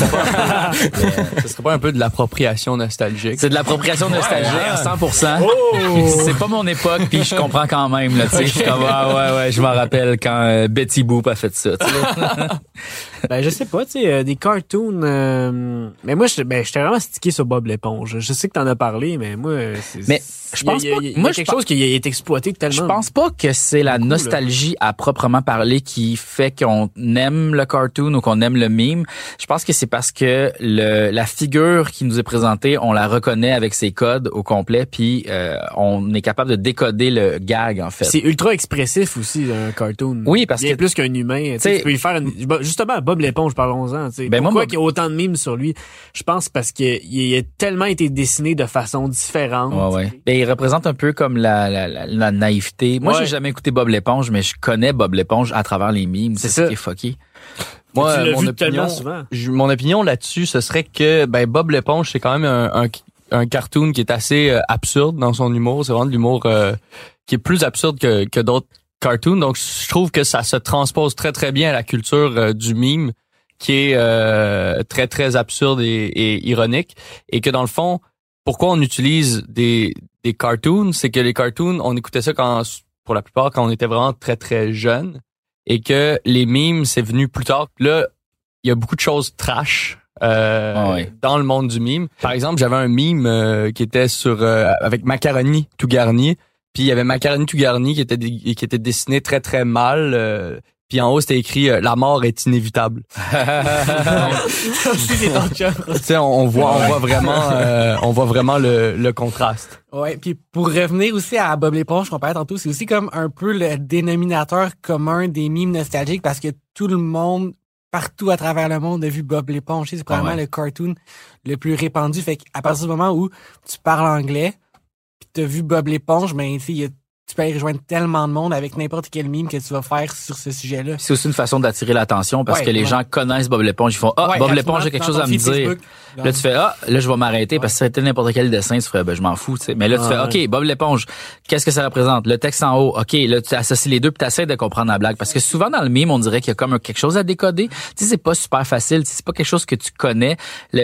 serait pas un peu de l'appropriation nostalgique? C'est de l'appropriation nostalgique à 100%. C'est pas mon époque, puis je comprends quand même, là, tu sais. Je suis comme, ouais, je m'en rappelle quand Betty Boop a fait ça, tu sais. Ben, je sais pas, tu sais, des cartoons, mais moi, j'étais vraiment stické sur Bob l'éponge. Je sais que t'en as parlé, mais moi, mais je pense pas. Moi, quelque chose qui est exploité tellement. Je pense pas que c'est la nostalgie à proprement parler qui fait qu'on aime le cartoon ou qu'on aime le meme. Je pense que c'est parce que la figure qui nous est présentée, on la reconnaît avec ses codes au complet, puis on est capable de décoder le gag en fait. C'est ultra expressif aussi un cartoon. Oui, parce que plus qu'un humain. Tu peux y faire justement Bob l'éponge, parlons-en. Pourquoi il y a autant de mimes sur lui? Je pense parce qu'il a tellement été dessiné de façon différente. Ouais. Ben, il représente un peu comme la naïveté. Moi, j'ai jamais écouté Bob l'éponge, mais je connais Bob l'éponge à travers les mimes. C'est ça qui est fucké. Moi, tu l'as vu tellement souvent. Mon opinion là-dessus, ce serait que Bob l'éponge, c'est quand même un cartoon qui est assez absurde dans son humour. C'est vraiment de l'humour qui est plus absurde que d'autres cartoons. Donc, je trouve que ça se transpose très, très bien à la culture du meme, qui est très, très absurde et ironique. Et que dans le fond, pourquoi on utilise des cartoons, c'est que les cartoons, on écoutait ça pour la plupart quand on était vraiment très, très jeune. Et que les memes, c'est venu plus tard. Là, il y a beaucoup de choses trash dans le monde du meme. Par exemple, j'avais un meme qui était avec macaroni tout garni. Puis il y avait macaroni tout garni qui était dessiné très très mal. Puis en haut c'était écrit la mort est inévitable. on voit vraiment le contraste. Ouais, puis pour revenir aussi à Bob l'éponge qu'on parlait tantôt, c'est aussi comme un peu le dénominateur commun des mimes nostalgiques parce que tout le monde partout à travers le monde a vu Bob l'éponge, c'est probablement le cartoon le plus répandu. Fait qu'à partir du moment où tu parles anglais, puis t'as vu Bob l'éponge, ben il y a tu peux aller rejoindre tellement de monde avec n'importe quel meme que tu vas faire sur ce sujet-là. C'est aussi une façon d'attirer l'attention parce que les gens connaissent Bob l'éponge. Ils font, Bob l'éponge, j'ai quelque chose à me dire. Là, tu fais, là, je vais m'arrêter parce que si c'était n'importe quel dessin, tu ferais, je m'en fous, tu sais. Mais là, tu fais, OK, Bob l'éponge, qu'est-ce que ça représente? Le texte en haut, OK, là, tu associes les deux puis t'essaies de comprendre la blague. Parce que souvent, dans le meme, on dirait qu'il y a comme quelque chose à décoder. Tu sais, c'est pas super facile. C'est pas quelque chose que tu connais.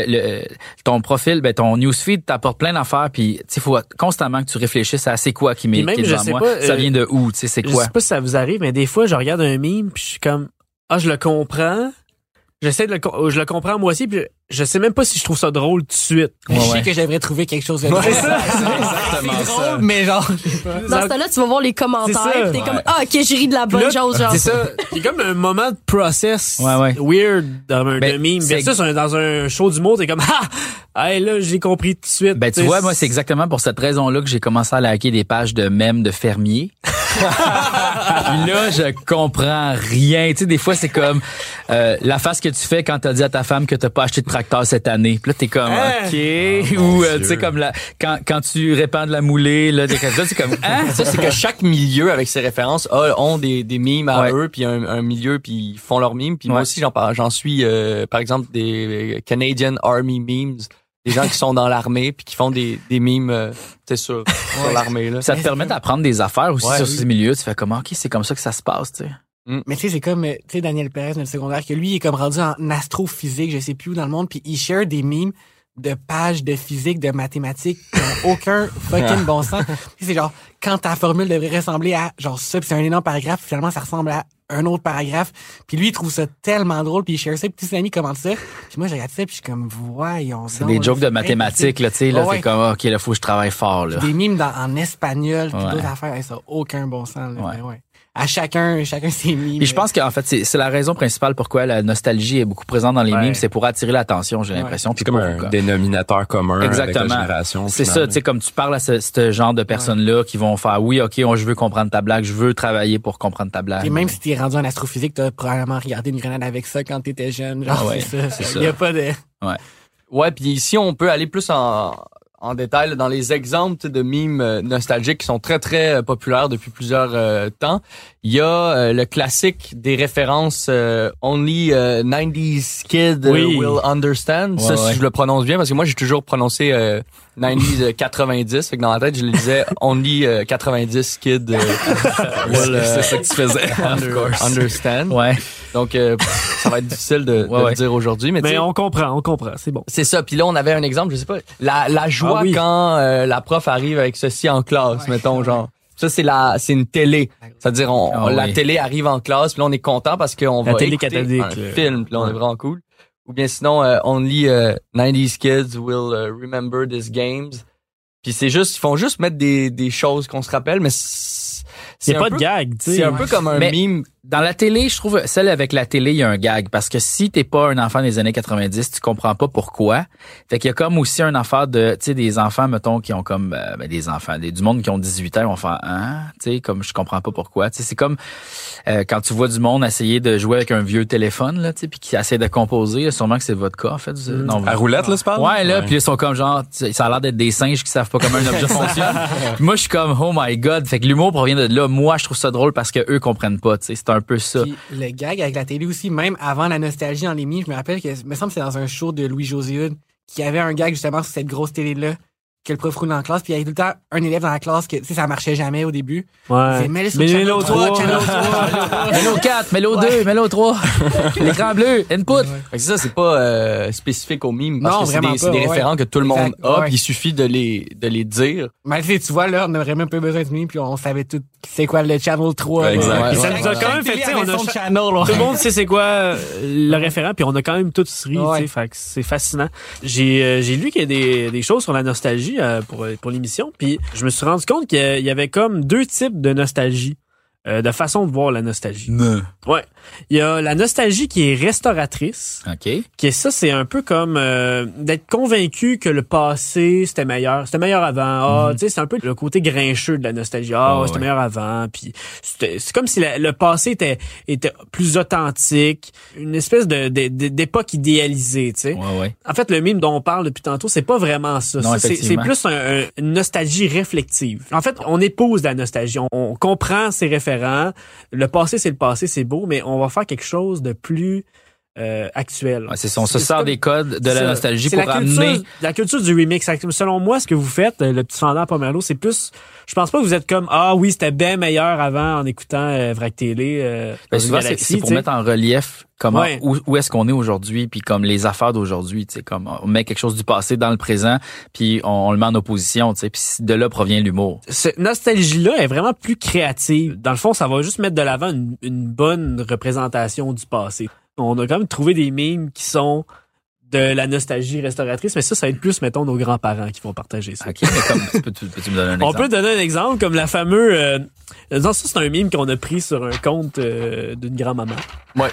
Ton profil, ton newsfeed t'apporte plein d'affaires puis, tu sais, faut constamment que tu réfléchisses à c'est quoi qui m'est devant moi. Ça vient de où, tu sais, c'est quoi? Je sais pas si ça vous arrive, mais des fois, je regarde un meme puis je suis comme, je le comprends. Je le comprends moi aussi, puis je sais même pas si je trouve ça drôle tout de suite. Je sais que j'aimerais trouver quelque chose de drôle. C'est exactement c'est drôle, mais genre... Dans ce temps-là, tu vas voir les commentaires, pis t'es comme, OK, j'ai ri de la bonne chose, genre. C'est ça. Il y a comme un moment de process weird dans un meme. Mais ça, dans un show d'humour, t'es comme, hey, là, j'ai compris tout de suite. Tu vois, moi, c'est exactement pour cette raison-là que j'ai commencé à liker des pages de mèmes de fermiers. Puis là, je comprends rien. Tu sais, des fois, c'est comme la face que tu fais quand t'as dit à ta femme que t'as pas acheté de tracteur cette année. Puis là, t'es comme, OK. Ou, tu sais, comme quand tu répands de la moulée, là, c'est comme, Ça, c'est que chaque milieu, avec ses références, ont des mimes à eux, puis un milieu, puis ils font leurs mimes. Puis moi aussi, j'en suis, par exemple, des Canadian Army memes. Des gens qui sont dans l'armée puis qui font des mimes sur l'armée là. Ça te permet d'apprendre des affaires aussi sur ces milieux. Tu fais comme OK, c'est comme ça que ça se passe, tu sais. Mais tu sais, c'est comme Daniel Perez dans le secondaire que lui il est comme rendu en astrophysique, je sais plus où dans le monde, puis il share des mimes de pages de physique, de mathématiques qui n'ont aucun fucking bon sens. C'est genre quand ta formule devrait ressembler à genre ça, puis c'est un énorme paragraphe, finalement ça ressemble à un autre paragraphe. Puis lui, il trouve ça tellement drôle, puis il share ça, puis tous ses amis commentent ça. Puis moi, je regarde ça, puis je suis comme, voyons. C'est des jokes de mathématiques, là, tu sais, là, c'est comme, OK, là, faut que je travaille fort, là. Puis des mimes en espagnol, puis d'autres affaires, ça n'a aucun bon sens, là. Mais à chacun ses mimes. Et je pense qu'en fait, c'est la raison principale pourquoi la nostalgie est beaucoup présente dans les mimes, c'est pour attirer l'attention, j'ai l'impression. C'est comme un dénominateur commun. Exactement. Avec la génération. C'est ça, tu sais, comme tu parles à ce genre de personnes-là qui vont faire, oui, OK, je veux comprendre ta blague, je veux travailler pour comprendre ta blague. Et même si t'es rendu en astrophysique, t'as probablement regardé une grenade avec ça quand t'étais jeune. Genre, c'est ça. Il y a pas de... Ouais, puis ici, on peut aller plus en détail dans les exemples de mimes nostalgiques qui sont très, très populaires depuis plusieurs temps. Il y a le classique des références Only 90s Kid Will Understand. Ça, si je le prononce bien, parce que moi, j'ai toujours prononcé 90s 90. Fait que dans la tête, je le disais Only 90s Kid will c'est ça que tu faisais. Understand. Ouais. Donc, ça va être difficile de le dire aujourd'hui. Mais on comprend, c'est bon. C'est ça. Puis là, on avait un exemple, je sais pas, la joie quand la prof arrive avec ceci en classe, mettons, genre. Ça, c'est une télé. C'est-à-dire, la télé arrive en classe, puis là, on est content parce qu'on va écouter un film, puis là, on est vraiment cool. Ou bien sinon, Only 90s Kids will remember these games. Puis c'est juste, ils font juste mettre des choses qu'on se rappelle, mais c'est pas de gag, tu sais. C'est un peu comme un meme. Dans la télé, je trouve, celle avec la télé, il y a un gag. Parce que si t'es pas un enfant des années 90, tu comprends pas pourquoi. Fait qu'il y a comme aussi un affaire de, tu sais, des enfants, mettons, qui ont comme, des enfants, du monde qui ont 18 ans, ils vont faire, tu sais, comme je comprends pas pourquoi. Tu sais, c'est comme, quand tu vois du monde essayer de jouer avec un vieux téléphone, là, tu sais, puis qui essaie de composer, sûrement que c'est votre cas, en fait. Non, à roulette, là, c'est pas? Ouais, là, puis ils sont comme genre, ça a l'air d'être des singes qui savent pas comment un objet fonctionne. Moi, je suis comme, oh my god. Fait que l'humour provient de là. Moi, je trouve ça drôle parce que eux comprennent pas, tu sais. C'est un peu ça. Puis le gag avec la télé aussi, même avant la nostalgie dans les mimes, je me rappelle que, me semble que c'est dans un show de Louis-José Hood, qui avait un gag justement sur cette grosse télé-là, que le prof roule en classe, puis il y avait tout le temps un élève dans la classe que, tu sais, ça marchait jamais au début. Ouais. Mets-le 3, channel 3. Mets-le 4, mets-le 2, mets-le 3. L'écran bleu, input. Fait que ça, c'est pas spécifique aux mimes, parce non, que c'est des référents que tout le monde a, puis il suffit de les dire. Mais tu vois, là, on n'aurait même pas besoin de mimes, puis on savait tout c'est quoi le channel 3. Exact. Ça nous a quand même fait, tu sais, on a tout le monde sait c'est quoi le référent, puis on a quand même tous ri, tu sais, fait que c'est fascinant. J'ai lu qu'il y a des choses sur la nostalgie pour l'émission, puis je me suis rendu compte qu'il y avait comme deux types de nostalgie. de façon de voir la nostalgie. Non. Ouais. Il y a la nostalgie qui est restauratrice. OK. C'est un peu comme d'être convaincu que le passé c'était meilleur avant. Tu sais, c'est un peu le côté grincheux de la nostalgie. C'était meilleur avant, puis c'est comme si le passé était plus authentique, une espèce d'époque idéalisée, tu sais. Ouais. En fait, le mime dont on parle depuis tantôt, c'est pas vraiment ça. Non, C'est plus une nostalgie réflexive. En fait, on épouse la nostalgie, on comprend ses références. Le passé, c'est le passé, c'est beau, mais on va faire quelque chose de plus actuel. Ouais, c'est ça, on se sert des codes de la nostalgie pour amener... La culture du remix. Selon moi, ce que vous faites, le petit fendant Pomelo, c'est plus... Je pense pas que vous êtes comme oui, c'était bien meilleur avant en écoutant Vrac Télé. Souvent, c'est pour mettre en relief comment où est-ce qu'on est aujourd'hui, puis comme les affaires d'aujourd'hui, tu sais, comme on met quelque chose du passé dans le présent, puis on le met en opposition, tu sais, puis de là provient l'humour. Cette nostalgie-là est vraiment plus créative. Dans le fond, ça va juste mettre de l'avant une bonne représentation du passé. On a quand même trouvé des mimes qui sont de la nostalgie restauratrice, mais ça va être plus, mettons, nos grands-parents qui vont partager ça. OK, mais comme, peux-tu me donner un exemple? On peut donner un exemple, comme la fameuse... non, ça, c'est un mime qu'on a pris sur un compte d'une grand-maman. Ouais.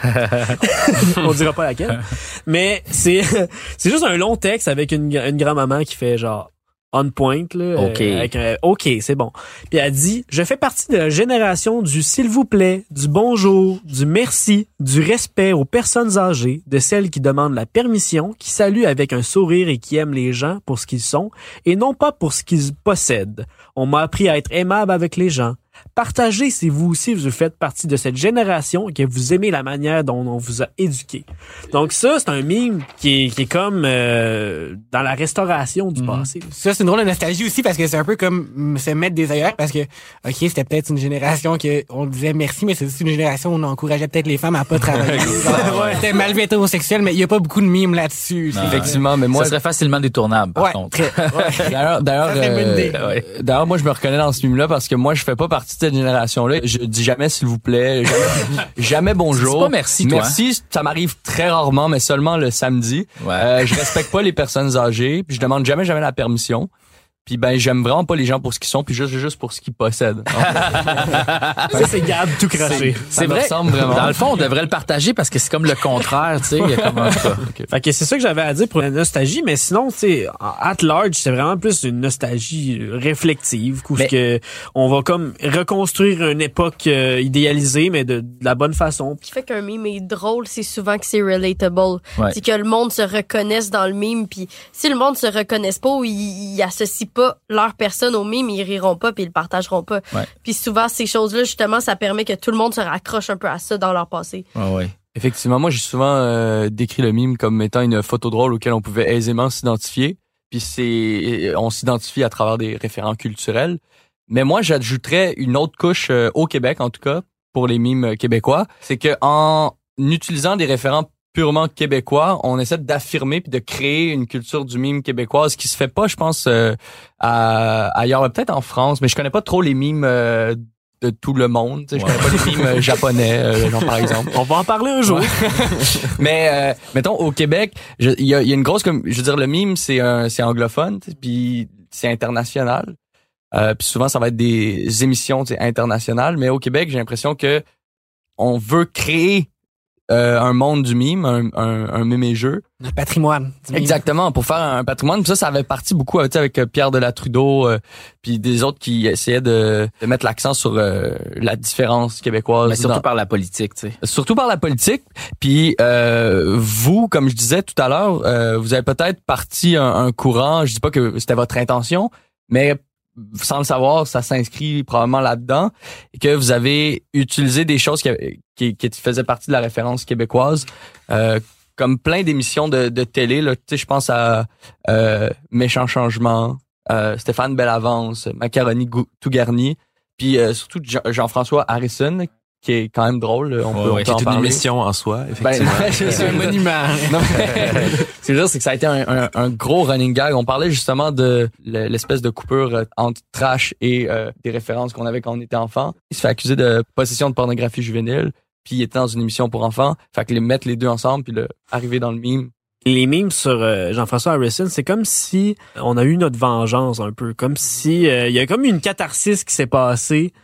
On dira pas laquelle. Mais c'est juste un long texte avec une grand-maman qui fait genre... on point, là. OK. OK, c'est bon. Puis elle dit, je fais partie de la génération du s'il vous plaît, du bonjour, du merci, du respect aux personnes âgées, de celles qui demandent la permission, qui saluent avec un sourire et qui aiment les gens pour ce qu'ils sont et non pas pour ce qu'ils possèdent. On m'a appris à être aimable avec les gens. Partagez si vous aussi vous faites partie de cette génération et que vous aimez la manière dont on vous a éduqué. Donc ça, c'est un mime qui est comme dans la restauration du passé. Ça, c'est une drôle de nostalgie aussi parce que c'est un peu comme se mettre des œillères parce que, OK, c'était peut-être une génération que on disait merci, mais c'est aussi une génération où on encourageait peut-être les femmes à pas travailler. C'était mal hétérosexuel, mais il y a pas beaucoup de mimes là-dessus. Effectivement, mais moi... Ça serait facilement détournable, par contre. D'ailleurs, moi, je me reconnais dans ce mime-là parce que moi, je fais pas partie de cette génération-là. Je dis jamais s'il vous plaît, jamais bonjour. C'est pas merci, toi. Merci, ça m'arrive très rarement, mais seulement le samedi. Ouais. Je respecte pas les personnes âgées, puis je demande jamais la permission. Puis j'aime vraiment pas les gens pour ce qu'ils sont, puis juste pour ce qu'ils possèdent. Ça, c'est Gab tout craché. C'est vrai. Vraiment. Dans le fond, on devrait le partager parce que c'est comme le contraire, tu sais. Il y a comme un cas. Fait que c'est ça que j'avais à dire pour la nostalgie, mais sinon, tu sais, at large, c'est vraiment plus une nostalgie réflective, où que on va comme reconstruire une époque idéalisée, mais de la bonne façon. Ce qui fait qu'un meme est drôle, c'est souvent que c'est relatable. Ouais. C'est que le monde se reconnaisse dans le meme, puis si le monde se reconnaisse pas ou il associe pas leur personne au meme, ils riront pas puis ils le partageront pas. Ouais. Puis souvent, ces choses-là, justement, ça permet que tout le monde se raccroche un peu à ça dans leur passé. Ouais. Effectivement, moi, j'ai souvent décrit le meme comme étant une photo drôle auquel on pouvait aisément s'identifier. Puis on s'identifie à travers des référents culturels. Mais moi, j'ajouterais une autre couche au Québec, en tout cas, pour les mimes québécois. C'est que en utilisant des référents purement québécois, on essaie d'affirmer puis de créer une culture du mime québécoise qui se fait pas, je pense, ailleurs, peut-être en France, mais je connais pas trop les mimes de tout le monde. Je connais pas les mimes japonais, genre, par exemple. On va en parler un jour. Mais mettons au Québec, il y a une grosse, comme je veux dire, le mime c'est anglophone, puis c'est international. Puis souvent ça va être des émissions internationales, mais au Québec j'ai l'impression que on veut créer un monde du mime, un mime-jeu. Le patrimoine. Exactement, pour faire un patrimoine. Puis ça avait parti beaucoup avec Pierre Delatrudeau, puis des autres qui essayaient de mettre l'accent sur la différence québécoise. Mais surtout par la politique, tu sais. Surtout par la politique. Puis vous, comme je disais tout à l'heure, vous avez peut-être parti un courant, je dis pas que c'était votre intention, mais sans le savoir, ça s'inscrit probablement là-dedans, et que vous avez utilisé des choses qui faisaient partie de la référence québécoise, comme plein d'émissions de télé. Là, tu sais, je pense à Méchant Changement, Stéphane Bellavance, Macaroni tout garni, puis surtout Jean-François Harrison, qui est quand même drôle. On peut en c'est parler. une émission en soi, effectivement. C'est un monument. Non, mais, ce que je veux dire, c'est que ça a été un gros running gag. On parlait justement de l'espèce de coupure entre trash et des références qu'on avait quand on était enfant. Il se fait accuser de possession de pornographie juvénile, puis il était dans une émission pour enfants. Fait que mettre les deux ensemble, puis arriver dans le meme. Les memes sur Jean-François Harrison, c'est comme si on a eu notre vengeance un peu. Comme si il y a comme une catharsis qui s'est passée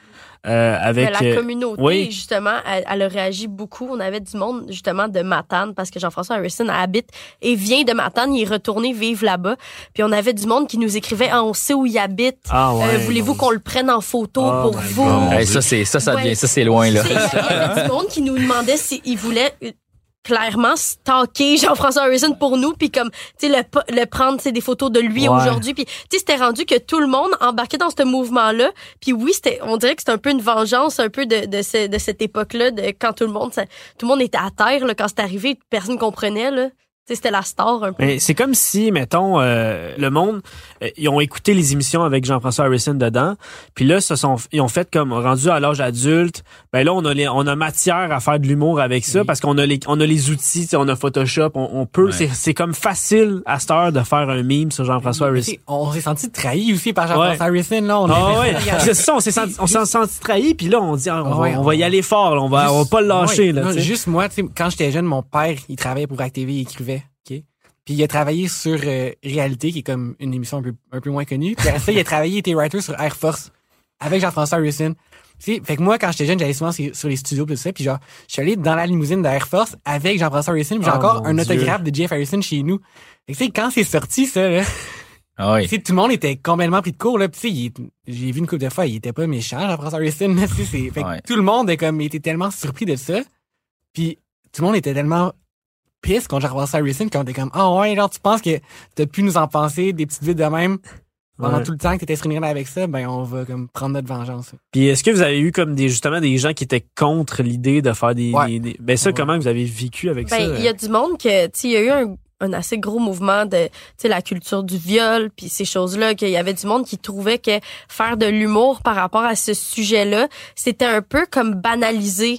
avec la communauté, oui. justement, elle a réagi beaucoup. On avait du monde, justement, de Matane, parce que Jean-François Harrison habite et vient de Matane. Il est retourné vivre là-bas. Puis on avait du monde qui nous écrivait « on sait où il habite. Voulez-vous qu'on le prenne en photo pour vous? » Ça c'est loin, là. Il y avait du monde qui nous demandait s'il voulait clairement stalker Jean-François Harrison pour nous, puis comme, tu sais, le prendre, des photos de lui aujourd'hui, puis tu sais, c'était rendu que tout le monde embarquait dans ce mouvement-là, puis oui, on dirait que c'était un peu une vengeance, un peu de cette époque-là, de quand tout le monde était à terre, là, quand c'est arrivé, personne comprenait, là. Tu sais, c'était la star un peu. Mais c'est comme si, mettons, le monde, ils ont écouté les émissions avec Jean-François Harrison dedans, puis là, ils ont fait comme rendu à l'âge adulte. Ben là, on a matière à faire de l'humour avec ça parce qu'on a les outils, on a Photoshop, on peut. C'est comme facile à cette heure de faire un meme sur Jean-François Harrison. On s'est senti trahi aussi par Jean-François Harrison là. C'est ça, on s'est senti trahi, puis là on dit on va y aller fort, là, on va pas le lâcher là. Non, juste moi, tu sais, quand j'étais jeune, mon père, il travaillait pour AcTV, il écrivait. Puis il a travaillé sur Réalité, qui est comme une émission un peu moins connue. Puis après ça, il était writer sur Air Force avec Jean-François Harrison. Fait que moi, quand j'étais jeune, j'allais souvent sur les studios pis tout ça. Puis genre, je suis allé dans la limousine d'Air Force avec Jean-François Harrison. Puis j'ai encore un autographe de Jeff Harrison chez nous. Fait que tu sais, quand c'est sorti, ça, là, tout le monde était complètement pris de court, là. Puis tu sais, j'ai vu une couple de fois, il était pas méchant, Jean-François Harrison. Fait que tout le monde était tellement surpris de ça. Puis tout le monde était tellement pisse contre Jean-François Harrison quand on était comme genre tu penses que t'as pu nous en penser des petites vides de même pendant tout le temps que t'étais sur une avec ça, ben on va comme prendre notre vengeance. Puis est-ce que vous avez eu comme des gens qui étaient contre l'idée de faire comment vous avez vécu avec ça? Il y a du monde que tu sais, il y a eu un assez gros mouvement de la culture du viol puis ces choses-là, qu'il y avait du monde qui trouvait que faire de l'humour par rapport à ce sujet-là, c'était un peu comme banaliser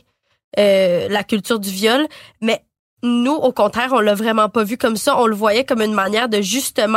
la culture du viol, mais nous, au contraire, on l'a vraiment pas vu comme ça. On le voyait comme une manière de justement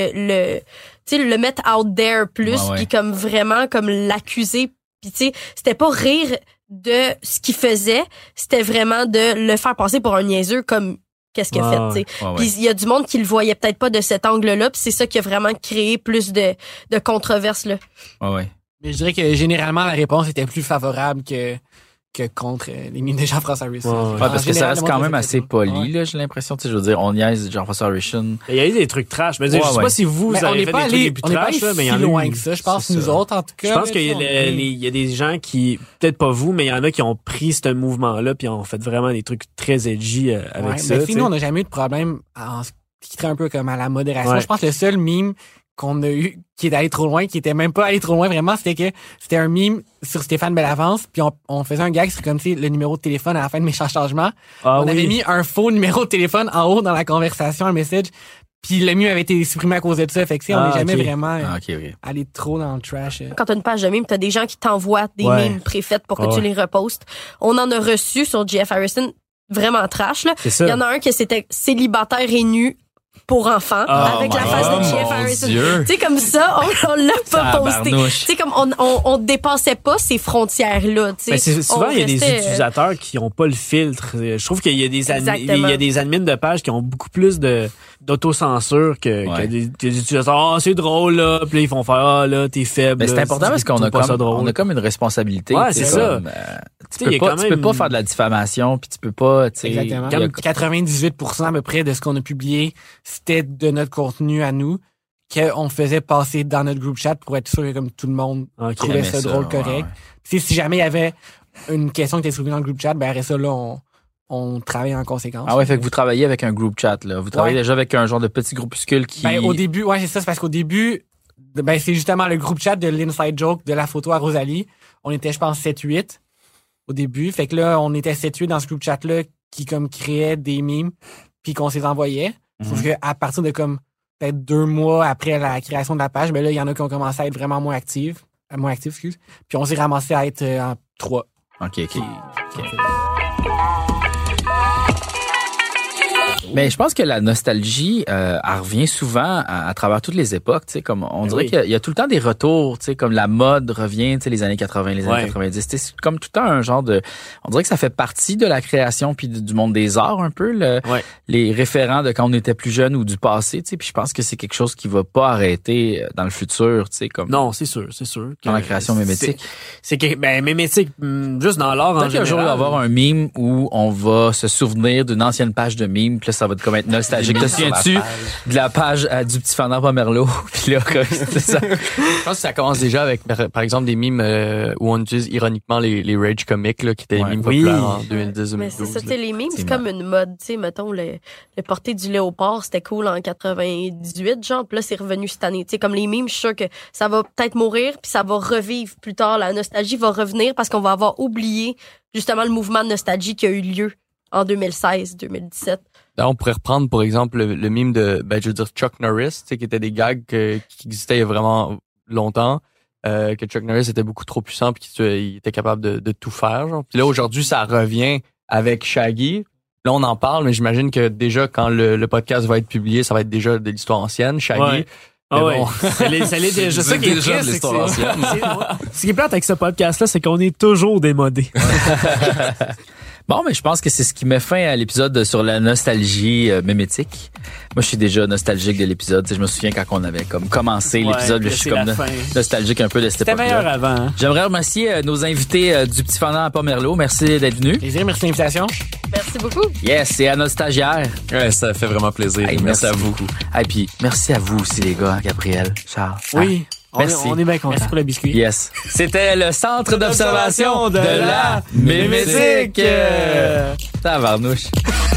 le mettre out there plus, puis comme vraiment comme l'accuser. Puis tu sais, c'était pas rire de ce qu'il faisait, c'était vraiment de le faire passer pour un niaiseux comme qu'est-ce qu'il a fait, tu sais. Puis il y a du monde qui le voyait peut-être pas de cet angle-là, puis c'est ça qui a vraiment créé plus de controverses là. Mais je dirais que généralement la réponse était plus favorable que contre les mines de Jean-François Harrison. Parce que ça reste quand même assez poli, là, j'ai l'impression. Tu sais, je veux dire, on niaise Jean-François Harrison. Il y a eu des trucs trash. Mais je sais pas si vous avez fait des trucs les plus trash, là, mais il y en a loin que ça. Je pense nous autres, en tout cas. Je pense qu'il y a des gens qui, peut-être pas vous, mais il y en a qui ont pris ce mouvement-là puis ont fait vraiment des trucs très edgy avec ça. Mais nous, on n'a jamais eu de problème en ce qui serait un peu comme à la modération. Je pense que le seul meme qu'on a eu, qui est allé trop loin, qui était même pas allé trop loin vraiment, c'était un meme sur Stéphane Bellavance, puis on faisait un gag sur comme le numéro de téléphone à la fin de Méchant Changement. On avait mis un faux numéro de téléphone en haut dans la conversation, un message, puis le meme avait été supprimé à cause de ça. Fait que on n'est jamais vraiment allé trop dans le trash. Quand t'as une page de meme, t'as des gens qui t'envoient des memes préfaites pour que tu les repostes. On en a reçu sur Jeff Harrison, vraiment trash, là. Il y en a un qui c'était célibataire et nu pour enfants, avec la face de Jeff Harrison. Tu sais, comme ça, on l'a pas posté. Tu sais, comme on dépassait pas ces frontières-là, tu sais. Souvent, il y a des utilisateurs qui ont pas le filtre. Je trouve qu'il y a des admins de pages qui ont beaucoup plus d'autocensure que des utilisateurs. C'est drôle, là. Puis là, ils font faire, là, t'es faible. Mais c'est important parce qu'on a comme une responsabilité. Ouais, c'est ça. Tu peux pas faire de la diffamation, puis tu peux pas, tu sais. Exactement. Comme 98% à peu près de ce qu'on a publié, c'était de notre contenu à nous, qu'on faisait passer dans notre groupe chat pour être sûr que comme tout le monde trouvait ça drôle, correct. Si jamais il y avait une question qui était soulevée dans le groupe chat, ben après ça, là, on travaille en conséquence. Ah ouais, fait que vous travaillez avec un groupe chat, là. Vous travaillez déjà avec un genre de petit groupuscule qui... Ben, au début, c'est ça, c'est parce qu'au début, c'est justement le groupe chat de l'Inside Joke de la photo à Rosalie. On était, je pense, 7-8 au début. Fait que là, on était 7-8 dans ce groupe chat-là qui, comme, créait des memes puis qu'on s'les envoyait. Sauf que à partir de, comme, peut-être 2 mois après la création de la page, ben là, il y en a qui ont commencé à être vraiment moins actifs, Puis on s'est ramassé à être en 3. OK. Mais je pense que la nostalgie, elle revient souvent à travers toutes les époques, tu sais, comme on dirait qu'il y a tout le temps des retours, tu sais, comme la mode revient, tu sais, les années 80, les années 90, c'est comme tout le temps un genre de, on dirait que ça fait partie de la création puis du monde des arts un peu, les référents de quand on était plus jeune ou du passé, tu sais, puis je pense que c'est quelque chose qui va pas arrêter dans le futur, tu sais, comme. Non, c'est sûr. Dans la création mémétique. C'est que, mémétique, juste dans l'art en général. Peut-être qu'un jour, il va y avoir un meme où on va se souvenir d'une ancienne page de meme, puis là, ça va comme être nostalgique. Te souviens-tu de la page du petit fanard Pomerleau? Puis là, c'est ça. Je pense que ça commence déjà avec, par exemple, des memes où on utilise ironiquement les rage comics, là, qui étaient des memes populaires en 2010-2012. Mais c'est ça, les memes, c'est comme une mode. Tu sais, mettons, le porter du léopard, c'était cool en 98, genre, puis là, c'est revenu cette année. Tu sais, comme les memes, je suis sûre que ça va peut-être mourir, puis ça va revivre plus tard. La nostalgie va revenir parce qu'on va avoir oublié, justement, le mouvement de nostalgie qui a eu lieu en 2016-2017. Là, on pourrait reprendre, par exemple, le meme de, je veux dire, Chuck Norris, tu sais, qui étaient des gags qui existaient il y a vraiment longtemps, que Chuck Norris était beaucoup trop puissant puis qu'il était capable de tout faire, genre. Puis là, aujourd'hui, ça revient avec Shaggy. Là, on en parle, mais j'imagine que déjà, quand le podcast va être publié, ça va être déjà de l'histoire ancienne, Shaggy. Ouais. Ah ouais. Ça l'est déjà. Ça qui est triste, c'est que ce qui est plate avec ce podcast-là, c'est qu'on est toujours démodé. Bon, mais je pense que c'est ce qui met fin à l'épisode sur la nostalgie mémétique. Moi, je suis déjà nostalgique de l'épisode. Tu sais, je me souviens quand on avait comme commencé l'épisode, je suis comme nostalgique un peu de cette époque-là. C'était meilleur avant. Hein? J'aimerais remercier nos invités du Petit Fanard à Pomerleau. Merci d'être venus. Plaisir, merci de l'invitation. Merci beaucoup. Yes, et à nos stagiaires. Ouais, ça fait vraiment plaisir. Hey, merci à vous. Et puis, merci à vous aussi, les gars, Gabriel, Charles. Oui. Merci. On est bien contents. Merci pour le biscuit. Yes. C'était le centre d'observation de la mémétique. Tabarnouche.